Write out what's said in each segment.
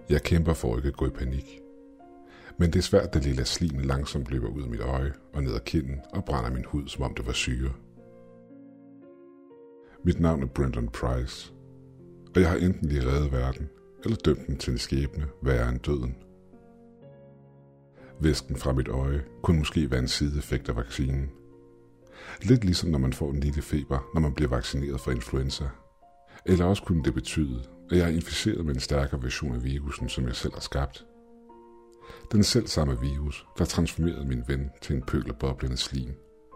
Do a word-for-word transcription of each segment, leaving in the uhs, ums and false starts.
Jeg kæmper for ikke at gå i panik. Men det er svært, da lille slim langsomt løber ud af mit øje og ned ad kinden og brænder min hud, som om det var syre. Mit navn er Brendan Price, og jeg har enten lige reddet verden, eller dømt den til en skæbne værre end døden. Væsken fra mit øje kunne måske være en sideeffekt af vaccinen. Lidt ligesom når man får en lille feber, når man bliver vaccineret for influenza. Eller også kunne det betyde, at jeg er inficeret med en stærkere version af virusen, som jeg selv har skabt. Den selv samme virus, der transformerede min ven til en pøl af boblende slim.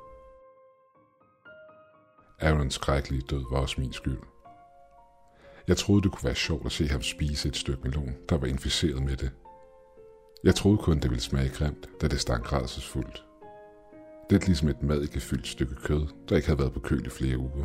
Aarons skrækkelige død var også min skyld. Jeg troede, det kunne være sjovt at se ham spise et stykke melon, der var inficeret med det. Jeg troede kun, det ville smage grimt, da det stank rædselsfuldt. Lidt ligesom et madikefyldt stykke kød, der ikke havde været på køl i flere uger.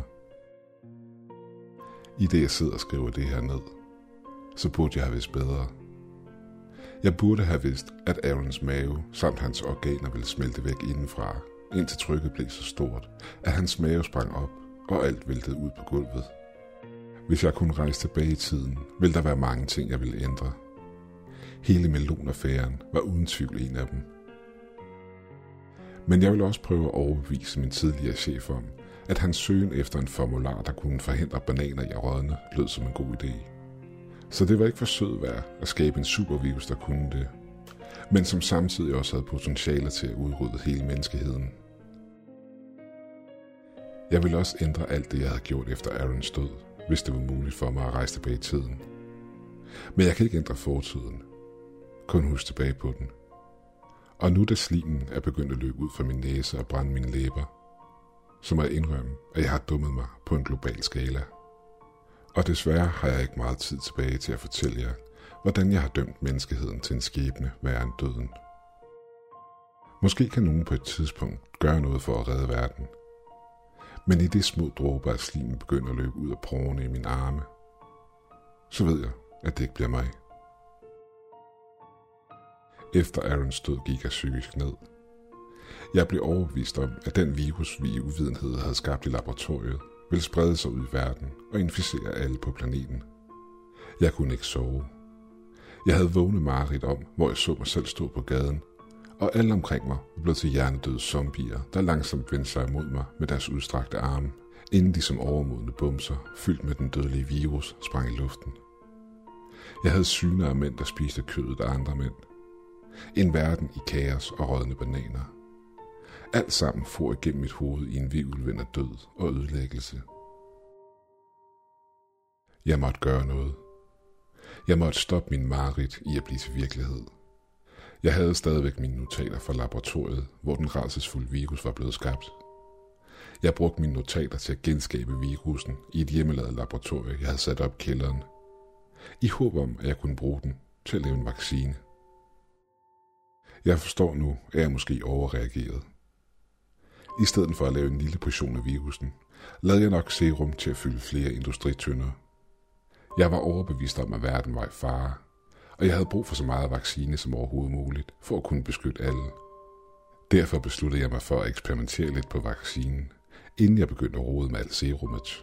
I det jeg sidder og skriver det her ned, så burde jeg have vidst bedre. Jeg burde have vidst, at Aarons mave samt hans organer ville smelte væk indenfra, indtil trykket blev så stort, at hans mave sprang op, og alt væltede ud på gulvet. Hvis jeg kunne rejse tilbage i tiden, ville der være mange ting, jeg ville ændre. Hele melonaffæren var uden tvivl en af dem. Men jeg ville også prøve at overbevise min tidligere chef om, at hans søgen efter en formular, der kunne forhindre bananer i at rådne, lød som en god idé. Så det var ikke for sød værd at skabe en supervirus, der kunne det, men som samtidig også havde potentiale til at udrydde hele menneskeheden. Jeg ville også ændre alt det, jeg havde gjort efter Aarons død, hvis det var muligt for mig at rejse tilbage i tiden. Men jeg kan ikke ændre fortiden, kun huske tilbage på den. Og nu da slimen er begyndt at løbe ud fra min næse og brænde mine læber, så må jeg indrømme, at jeg har dummet mig på en global skala. Og desværre har jeg ikke meget tid tilbage til at fortælle jer, hvordan jeg har dømt menneskeheden til en skæbne værre end døden. Måske kan nogen på et tidspunkt gøre noget for at redde verden. Men i det små dråber af slimen begynder at løbe ud af porrene i mine arme, så ved jeg, at det ikke bliver mig. Efter Aarons død gik jeg psykisk ned. Jeg blev overbevist om, at den virus, vi i uvidenhed havde skabt i laboratoriet, ville sprede sig ud i verden og inficere alle på planeten. Jeg kunne ikke sove. Jeg havde vågnet mareridt om, hvor jeg så mig selv stå på gaden, og alle omkring mig var blevet til hjernedøde zombier, der langsomt vendte sig imod mig med deres udstrakte arme, inden de som overmodne bumser, fyldt med den dødelige virus, sprang i luften. Jeg havde syner af mænd, der spiste kødet af andre mænd. En verden i kaos og rådne bananer. Alt sammen for igennem mit hoved i en hvirvelvind af død og ødelæggelse. Jeg måtte gøre noget. Jeg måtte stoppe min mareridt i at blive til virkelighed. Jeg havde stadigvæk mine notater fra laboratoriet, hvor den rædselsfulde virus var blevet skabt. Jeg brugte mine notater til at genskabe virusen i et hjemmelavet laboratorie, jeg havde sat op i kælderen, i håb om, at jeg kunne bruge den til at lave en vaccine. Jeg forstår nu, at jeg måske overreagerede. I stedet for at lave en lille portion af virusen, lavede jeg nok serum til at fylde flere industritønder. Jeg var overbevist om, at verden var i fare, og jeg havde brug for så meget vaccine som overhovedet muligt, for at kunne beskytte alle. Derfor besluttede jeg mig for at eksperimentere lidt på vaccinen, inden jeg begyndte at rode med alt serumet.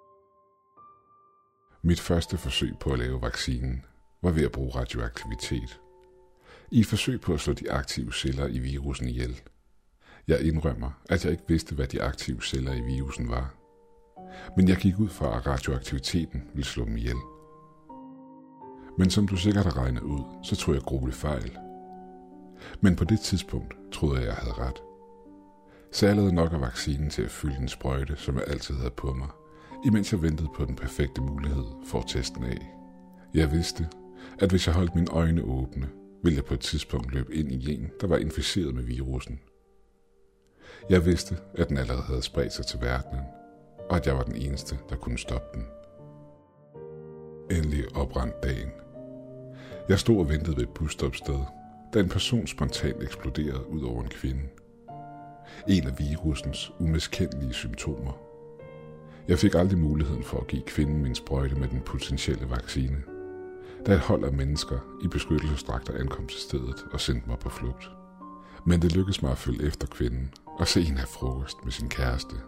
Mit første forsøg på at lave vaccinen var ved at bruge radioaktivitet. I et forsøg på at slå de aktive celler i virusen ihjel. Jeg indrømmer, at jeg ikke vidste, hvad de aktive celler i virusen var. Men jeg gik ud fra, at radioaktiviteten ville slå dem ihjel. Men som du sikkert har regnet ud, så tog jeg grueligt fejl. Men på det tidspunkt troede jeg, jeg havde ret. Så jeg lavede nok af vaccinen til at fylde en sprøjte, som jeg altid havde på mig, imens jeg ventede på den perfekte mulighed for at teste den af. Jeg vidste, at hvis jeg holdt mine øjne åbne, ville jeg på et tidspunkt løbe ind i en, der var inficeret med virusen. Jeg vidste, at den allerede havde spredt sig til verdenen, og at jeg var den eneste, der kunne stoppe den. Endelig oprandt dagen. Jeg stod og ventede ved et busstopsted, da en person spontant eksploderede ud over en kvinde. En af virusens umiskendelige symptomer. Jeg fik aldrig muligheden for at give kvinden min sprøjte med den potentielle vaccine, da et hold af mennesker i beskyttelsesdragter ankom til stedet og sendte mig på flugt. Men det lykkedes mig at følge efter kvinden og se hende have frokost med sin kæreste.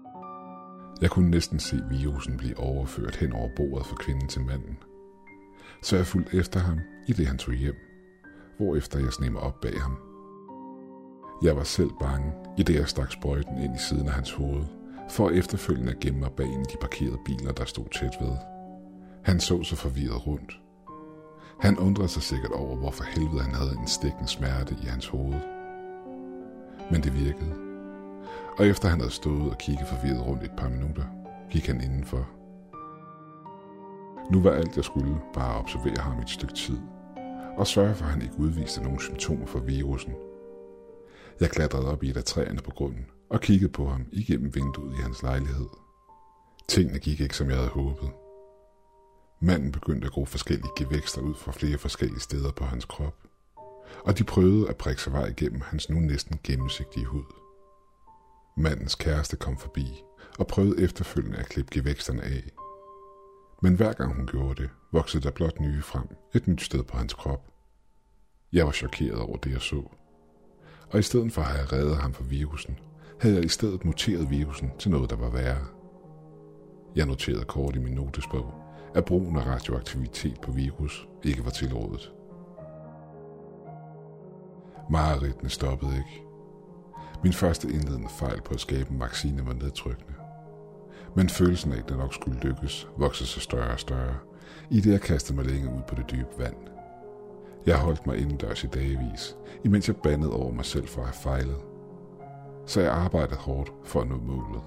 Jeg kunne næsten se virusen blive overført hen over bordet fra kvinden til manden. så jeg fulgte efter ham, i det han tog hjem, hvorefter jeg sneg mig op bag ham. Jeg var selv bange, i det jeg stak sprøjten ind i siden af hans hoved, for efterfølgende at gemme mig bag en af de parkerede biler, der stod tæt ved. Han så så forvirret rundt. Han undrede sig sikkert over, hvorfor helvede han havde en stikkende smerte i hans hoved. Men det virkede. Og efter han havde stået og kigget forvirret rundt et par minutter, gik han indenfor. Nu var alt jeg skulle bare at observere ham et stykke tid, og sørge for, at han ikke udviste nogen symptomer for virusen. Jeg klatrede op i et af træerne på grunden og kiggede på ham igennem vinduet i hans lejlighed. Tingene gik ikke, som jeg havde håbet. Manden begyndte at gro forskellige gevækster ud fra flere forskellige steder på hans krop, og de prøvede at prikke sig vej igennem hans nu næsten gennemsigtige hud. Mandens kæreste kom forbi og prøvede efterfølgende at klippe gevæksterne af. Men hver gang hun gjorde det, voksede der blot nye frem, et nyt sted på hans krop. Jeg var chokeret over det, jeg så. Og i stedet for at have reddet ham fra virusen, havde jeg i stedet muteret virusen til noget, der var værre. Jeg noterede kort i min notesbog, at brugen af radioaktivitet på virus ikke var tilrådet. Mareridtene stoppede ikke. Min første indledende fejl på at skabe en vaccine var nedtrykkende. Men følelsen af, at det nok skulle lykkes, voksede sig større og større, i det jeg kastede mig længere ud på det dybe vand. Jeg holdt mig indendørs i dagevis, imens jeg bandede over mig selv for at have fejlet. Så jeg arbejdede hårdt for at nå målet.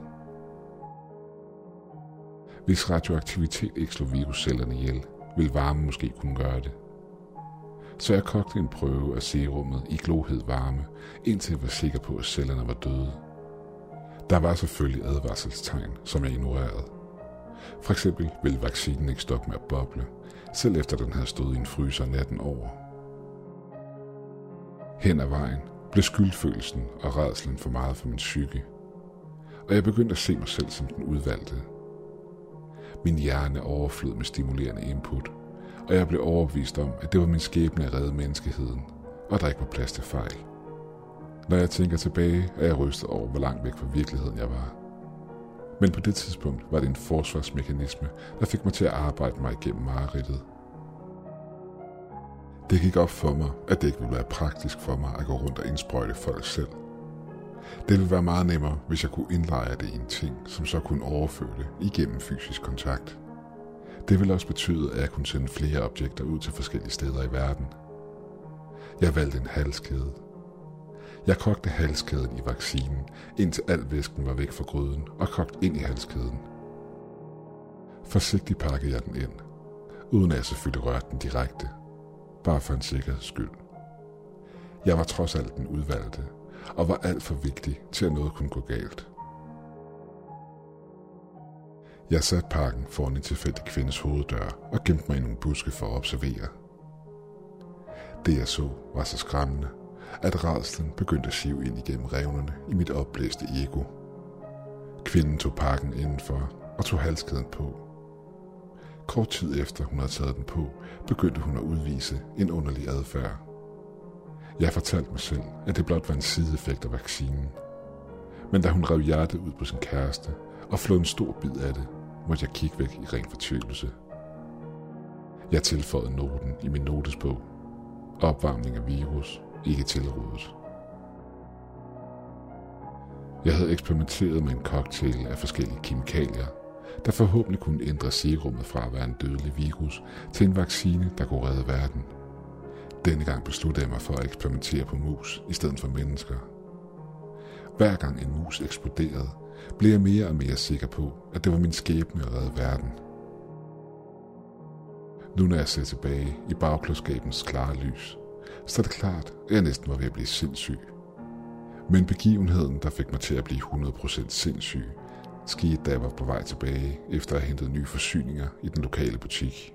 Hvis radioaktivitet ikke slog viruscellerne ihjel, ville varme måske kunne gøre det. Så jeg kogte en prøve af serummet i glohed varme, indtil jeg var sikker på, at cellerne var døde. Der var selvfølgelig advarselstegn, som jeg ignorerede. For eksempel ville vaccinen ikke stoppe med at boble, selv efter den havde stået i en fryser natten over. Hen ad vejen blev skyldfølelsen og rædslen for meget for min psyke, og jeg begyndte at se mig selv som den udvalgte. Min hjerne overflød med stimulerende input, og jeg blev overbevist om, at det var min skæbne at redde menneskeheden, og der ikke var plads til fejl. Når jeg tænker tilbage, er jeg rystet over, hvor langt væk fra virkeligheden jeg var. Men på det tidspunkt var det en forsvarsmekanisme, der fik mig til at arbejde mig igennem mareridtet. Det gik op for mig, at det ikke ville være praktisk for mig at gå rundt og indsprøjte folk selv. Det ville være meget nemmere, hvis jeg kunne indlejre det i en ting, som så kunne overføre det igennem fysisk kontakt. Det ville også betyde, at jeg kunne sende flere objekter ud til forskellige steder i verden. Jeg valgte en halskæde. Jeg kogte halskæden i vaccinen, indtil al væsken var væk fra gryden, og kogte ind i halskæden. Forsigtigt pakkede jeg den ind, uden at jeg selvfølgelig rørte den direkte, bare for en sikkerheds skyld. Jeg var trods alt den udvalgte, og var alt for vigtig til at noget kunne gå galt. Jeg satte pakken foran en tilfældig kvindes hoveddør og gemte mig i nogle buske for at observere. Det jeg så var så skræmmende, at rædslen begyndte at sive ind igennem revnerne i mit opblæste ego. Kvinden tog pakken indenfor og tog halskæden på. Kort tid efter hun havde taget den på, begyndte hun at udvise en underlig adfærd. Jeg fortalte mig selv, at det blot var en sideeffekt af vaccinen. Men da hun rev hjertet ud på sin kæreste og flå en stor bid af det, måtte jeg kigge væk i ren fortvivlelse. Jeg tilføjede noten i min notesbog. Opvarmning af virus, ikke tilrådet. Jeg havde eksperimenteret med en cocktail af forskellige kemikalier, der forhåbentlig kunne ændre serummet fra at være en dødelig virus til en vaccine, der kunne redde verden. Denne gang besluttede jeg mig for at eksperimentere på mus i stedet for mennesker. Hver gang en mus eksploderede, blev jeg mere og mere sikker på, at det var min skæbne at redde verden. Nu når jeg ser tilbage i bagklodskabens klare lys, så er det klart, at jeg næsten var ved at blive sindssyg. Men begivenheden, der fik mig til at blive hundrede procent sindssyg, skete, da jeg var på vej tilbage, efter at have hentet nye forsyninger i den lokale butik.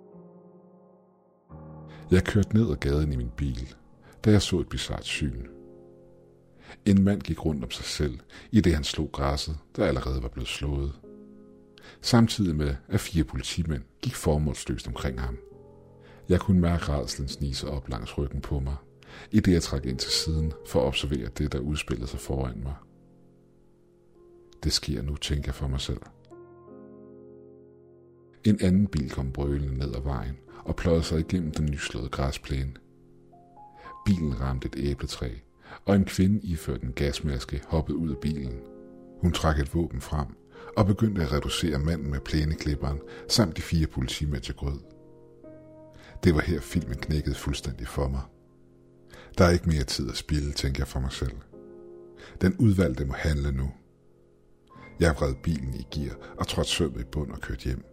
Jeg kørte ned ad gaden i min bil, da jeg så et bizarrt syn. En mand gik rundt om sig selv, i det han slog græsset, der allerede var blevet slået. Samtidig med, at fire politimænd gik formålsløst omkring ham. Jeg kunne mærke rædslen snige sig op langs ryggen på mig, i det jeg trak ind til siden for at observere det, der udspillede sig foran mig. Det sker nu, tænker jeg for mig selv. En anden bil kom brølende ned ad vejen og pløjede sig igennem den nyslåede græsplæne. Bilen ramte et æbletræ, og en kvinde iført en gasmaske hoppede ud af bilen. Hun trak et våben frem og begyndte at reducere manden med plæneklipperen samt de fire politimænd til grød. Det var her filmen knækkede fuldstændig for mig. Der er ikke mere tid at spilde, tænker jeg for mig selv. Den udvalgte må handle nu. Jeg vred bilen i gear og trådte sømmet i bund og kørte hjem.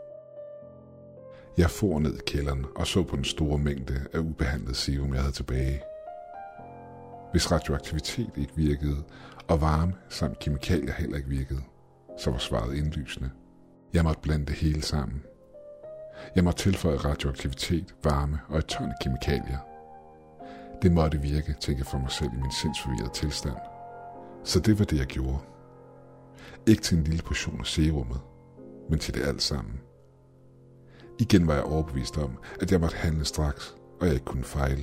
Jeg for ned i kælderen og så på den store mængde af ubehandlet serum, jeg havde tilbage. Hvis radioaktivitet ikke virkede, og varme samt kemikalier heller ikke virkede, så var svaret indlysende. Jeg måtte blande det hele sammen. Jeg måtte tilføje radioaktivitet, varme og et ton af kemikalier. Det måtte virke, tænkte jeg for mig selv i min sindsforvirrede tilstand. Så det var det, jeg gjorde. Ikke til en lille portion af serummet, men til det alt sammen. Igen var jeg overbevist om, at jeg måtte handle straks, og jeg ikke kunne fejle.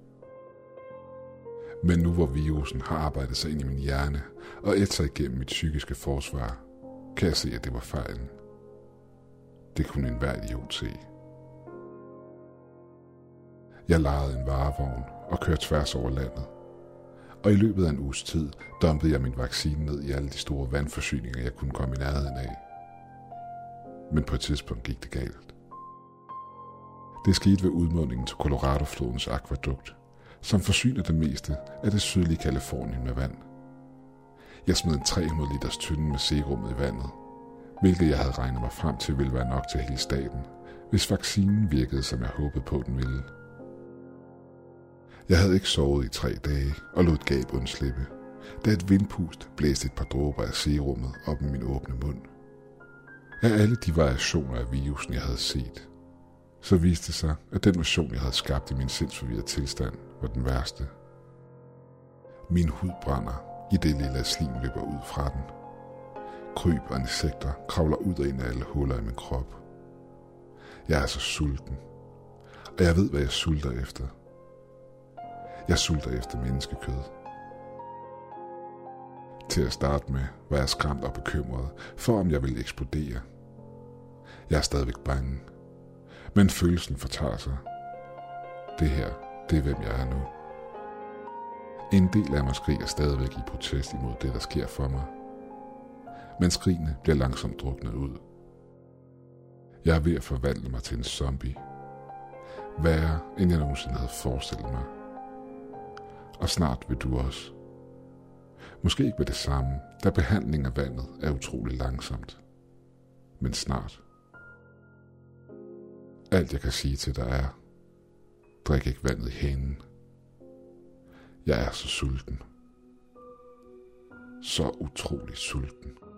Men nu hvor virusen har arbejdet sig ind i min hjerne og ædt sig igennem mit psykiske forsvar, kan jeg se, at det var fejlen. Det kunne enhver idiot se. Jeg lejede en varevogn og kørte tværs over landet. Og i løbet af en uges tid dumpede jeg min vaccine ned i alle de store vandforsyninger, jeg kunne komme i nærheden af. Men på et tidspunkt gik det galt. Det skete ved udmundingen til Colorado-flodens akvædukt, som forsyner det meste af det sydlige Californien med vand. Jeg smed en tre hundrede liters tynde med serummet i vandet, hvilket jeg havde regnet mig frem til ville være nok til hele staten, hvis vaccinen virkede, som jeg håbede på, den ville. Jeg havde ikke sovet i tre dage og lod et gab undslippe, da et vindpust blæste et par dråber af serummet op i min åbne mund. Af alle de variationer af virusen, jeg havde set, så viste det sig, at den version, jeg havde skabt i min sindsforvirrede tilstand, var den værste. Min hud brænder, i det lille slim løber ud fra den. Kryb og insekter kravler ud og ind af alle huller i min krop. Jeg er så sulten, og jeg ved, hvad jeg sulter efter. Jeg sulter efter menneskekød. Til at starte med var jeg skræmt og bekymret for, om jeg ville eksplodere. Jeg er stadigvæk bange, men følelsen fortager sig. Det her, det er hvem jeg er nu. En del af mig skriger stadigvæk i protest imod det, der sker for mig. Men skrigene bliver langsomt druknet ud. Jeg er ved at forvandle mig til en zombie. Værre, end jeg nogensinde havde forestillet mig. Og snart vil du også. Måske ikke med det samme, da behandling af vandet er utrolig langsomt. Men snart. Alt jeg kan sige til dig er, drik ikke vandet i hanen. Jeg er så sulten. Så utrolig sulten.